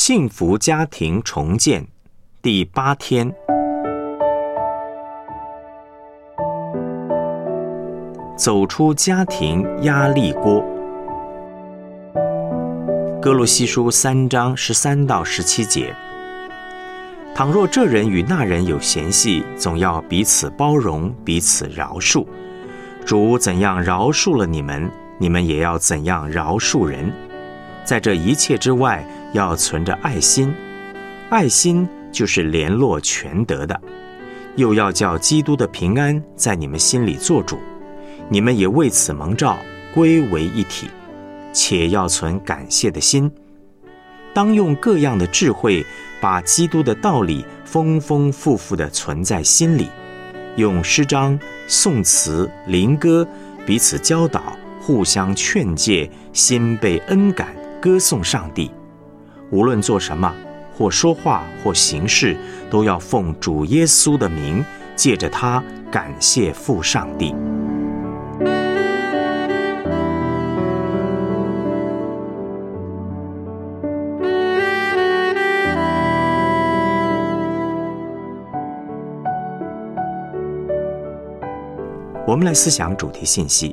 幸福家庭重建第8天，走出家庭压力锅。哥罗西书3章13到17节，倘若这人与那人有嫌隙，总要彼此包容，彼此饶恕。主怎样饶恕了你们，你们也要怎样饶恕人。在这一切之外，要存着爱心，爱心就是联络全德的。又要叫基督的平安在你们心里做主，你们也为此蒙召，归为一体，且要存感谢的心。当用各样的智慧，把基督的道理丰丰富富地存在心里，用诗章、颂词、灵歌彼此教导，互相劝诫，心被恩感，歌颂上帝。无论做什么，或说话或行事，都要奉主耶稣的名，借着他感谢父上帝。我们来思想主题信息。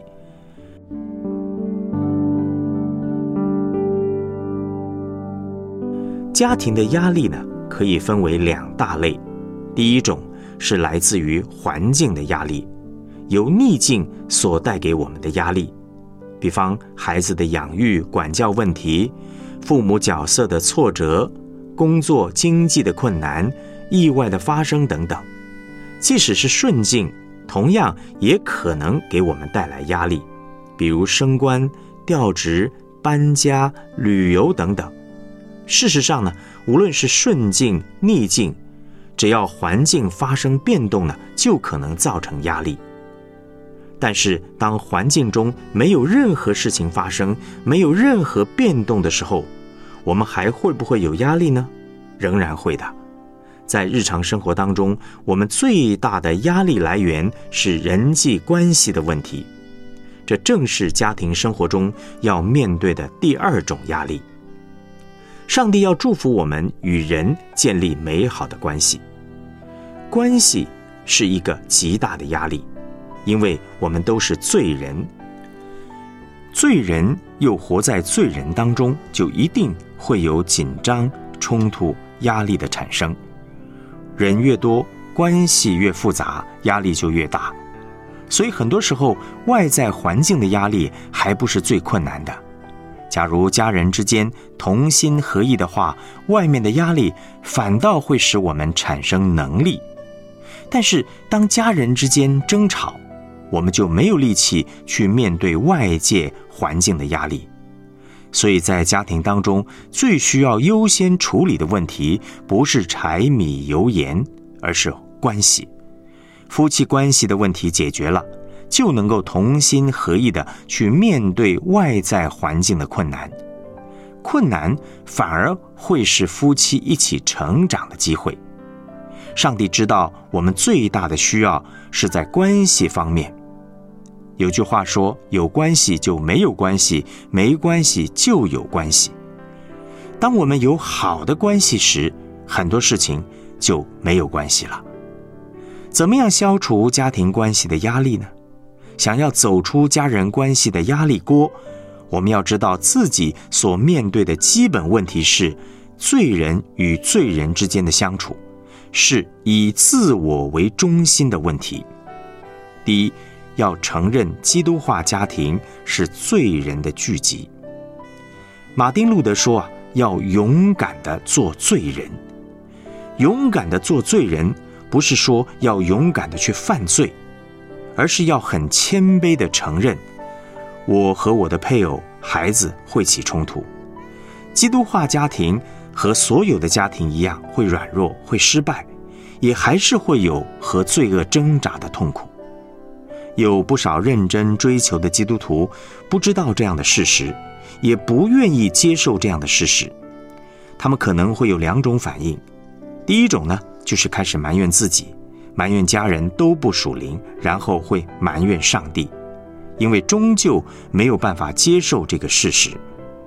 家庭的压力呢，可以分为2大类。第一种是来自于环境的压力，由逆境所带给我们的压力，比方孩子的养育、管教问题，父母角色的挫折，工作经济的困难，意外的发生等等。即使是顺境，同样也可能给我们带来压力，比如升官、调职、搬家、旅游等等。事实上呢，无论是顺境、逆境，只要环境发生变动呢，就可能造成压力。但是当环境中没有任何事情发生，没有任何变动的时候，我们还会不会有压力呢？仍然会的。在日常生活当中，我们最大的压力来源是人际关系的问题，这正是家庭生活中要面对的第2种压力。上帝要祝福我们与人建立美好的关系，关系是一个极大的压力，因为我们都是罪人，罪人又活在罪人当中，就一定会有紧张、冲突、压力的产生。人越多，关系越复杂，压力就越大。所以很多时候，外在环境的压力还不是最困难的。假如家人之间同心合意的话，外面的压力反倒会使我们产生能力。但是当家人之间争吵，我们就没有力气去面对外界环境的压力。所以在家庭当中，最需要优先处理的问题，不是柴米油盐，而是关系。夫妻关系的问题解决了，就能够同心合意的去面对外在环境的困难。困难反而会是夫妻一起成长的机会。上帝知道我们最大的需要是在关系方面。有句话说，有关系就没有关系，没关系就有关系。当我们有好的关系时，很多事情就没有关系了。怎么样消除家庭关系的压力呢？想要走出家人关系的压力锅，我们要知道自己所面对的基本问题是罪人与罪人之间的相处，是以自我为中心的问题。第一，要承认基督化家庭是罪人的聚集。马丁路德说要勇敢地做罪人。勇敢地做罪人，不是说要勇敢地去犯罪，而是要很谦卑地承认，我和我的配偶、孩子会起冲突。基督化家庭和所有的家庭一样，会软弱，会失败，也还是会有和罪恶挣扎的痛苦。有不少认真追求的基督徒不知道这样的事实，也不愿意接受这样的事实。他们可能会有2种反应。第一种呢，就是开始埋怨自己，埋怨家人都不属灵，然后会埋怨上帝，因为终究没有办法接受这个事实。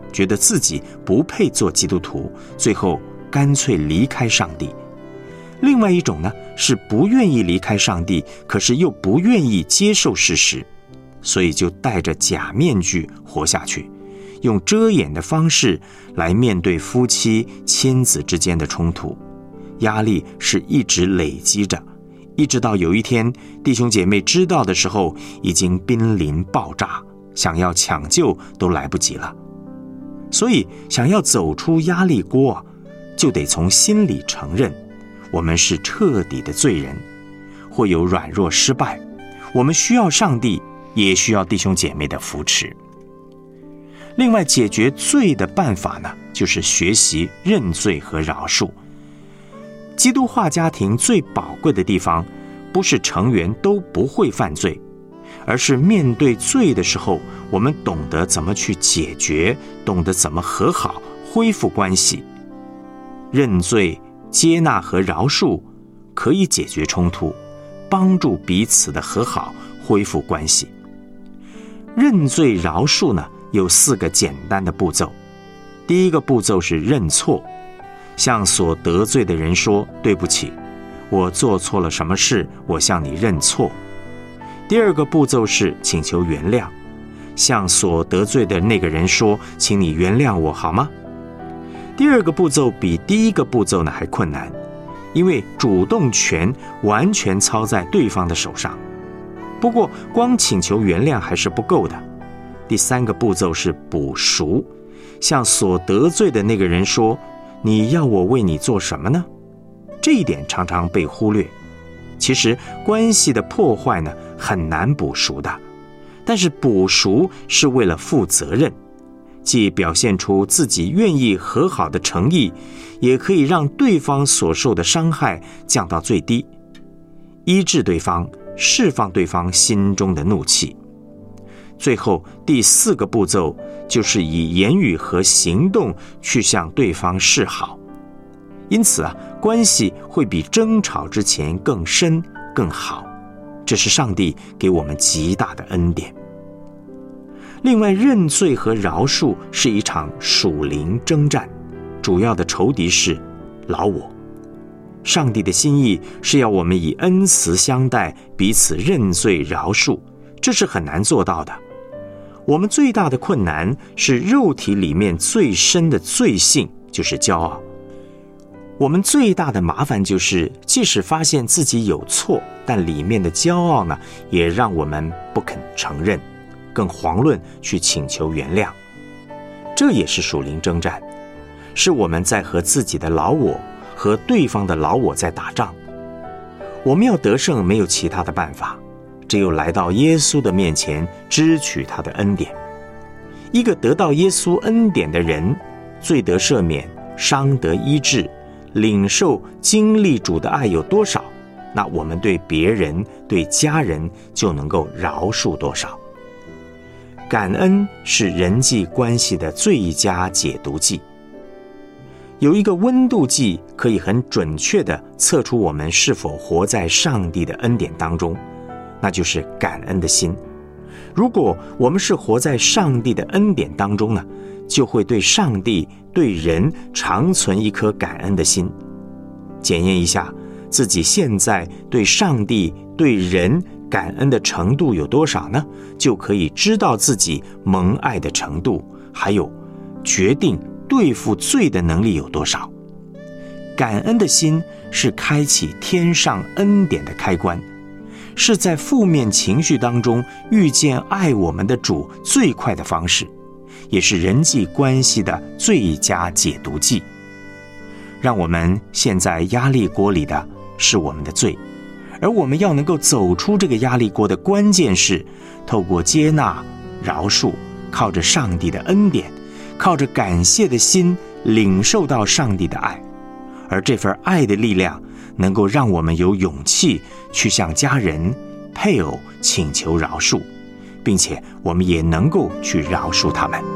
觉得自己不配做基督徒，最后干脆离开上帝。另外一种呢，是不愿意离开上帝，可是又不愿意接受事实，所以就戴着假面具活下去，用遮掩的方式来面对夫妻、亲子之间的冲突。压力是一直累积着，一直到有一天弟兄姐妹知道的时候，已经濒临爆炸，想要抢救都来不及了。所以想要走出压力锅，就得从心里承认我们是彻底的罪人，会有软弱失败，我们需要上帝，也需要弟兄姐妹的扶持。另外，解决罪的办法呢，就是学习认罪和饶恕。基督化家庭最宝贵的地方，不是成员都不会犯罪，而是面对罪的时候，我们懂得怎么去解决，懂得怎么和好，恢复关系。认罪、接纳和饶恕可以解决冲突，帮助彼此的和好，恢复关系。认罪饶恕呢，有4个简单的步骤。第一个步骤是认错，向所得罪的人说对不起，我做错了什么事，我向你认错。第二个步骤是请求原谅，向所得罪的那个人说，请你原谅我好吗？第二个步骤比第一个步骤呢还困难，因为主动权完全操在对方的手上。不过光请求原谅还是不够的。第3个步骤是补赎，向所得罪的那个人说，你要我为你做什么呢？这一点常常被忽略。其实关系的破坏呢，很难补赎的，但是补赎是为了负责任，既表现出自己愿意和好的诚意，也可以让对方所受的伤害降到最低，医治对方，释放对方心中的怒气。最后第4个步骤就是以言语和行动去向对方示好。因此关系会比争吵之前更深更好，这是上帝给我们极大的恩典。另外，认罪和饶恕是一场属灵征战，主要的仇敌是老我。上帝的心意是要我们以恩慈相待，彼此认罪饶恕，这是很难做到的。我们最大的困难是肉体里面最深的罪性，就是骄傲。我们最大的麻烦就是，即使发现自己有错，但里面的骄傲呢，也让我们不肯承认，更遑论去请求原谅。这也是属灵征战，是我们在和自己的老我和对方的老我在打仗。我们要得胜，没有其他的办法，只有来到耶稣的面前，支取他的恩典。一个得到耶稣恩典的人，罪得赦免，伤得医治，领受经历主的爱有多少，那我们对别人对家人就能够饶恕多少。感恩是人际关系的最佳解毒剂。有一个温度计可以很准确地测出我们是否活在上帝的恩典当中，那就是感恩的心。如果我们是活在上帝的恩典当中呢，就会对上帝对人常存一颗感恩的心。检验一下自己现在对上帝对人感恩的程度有多少呢？就可以知道自己蒙爱的程度，还有决定对付罪的能力有多少。感恩的心是开启天上恩典的开关，是在负面情绪当中遇见爱我们的主最快的方式，也是人际关系的最佳解毒剂。让我们陷在压力锅里的是我们的罪，而我们要能够走出这个压力锅的关键是透过接纳饶恕，靠着上帝的恩典，靠着感谢的心领受到上帝的爱，而这份爱的力量能够让我们有勇气去向家人配偶请求饶恕，并且我们也能够去饶恕他们。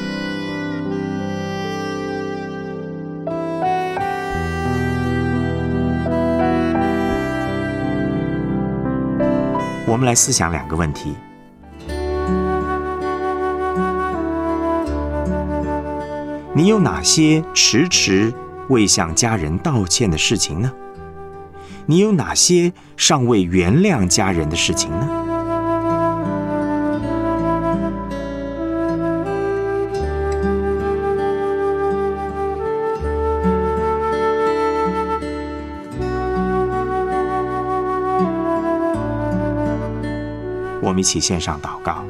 我们来思想两个问题。 你有哪些迟迟未向家人道歉的事情呢？你有哪些尚未原谅家人的事情呢？我们一起献上祷告。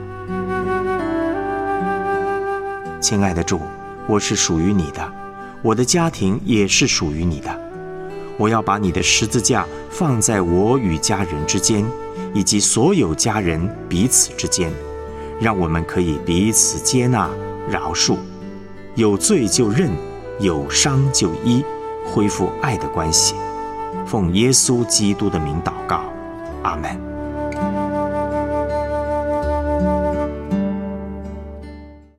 亲爱的主，我是属于你的，我的家庭也是属于你的。我要把你的十字架放在我与家人之间，以及所有家人彼此之间，让我们可以彼此接纳、饶恕，有罪就认，有伤就医，恢复爱的关系。奉耶稣基督的名祷告，阿们。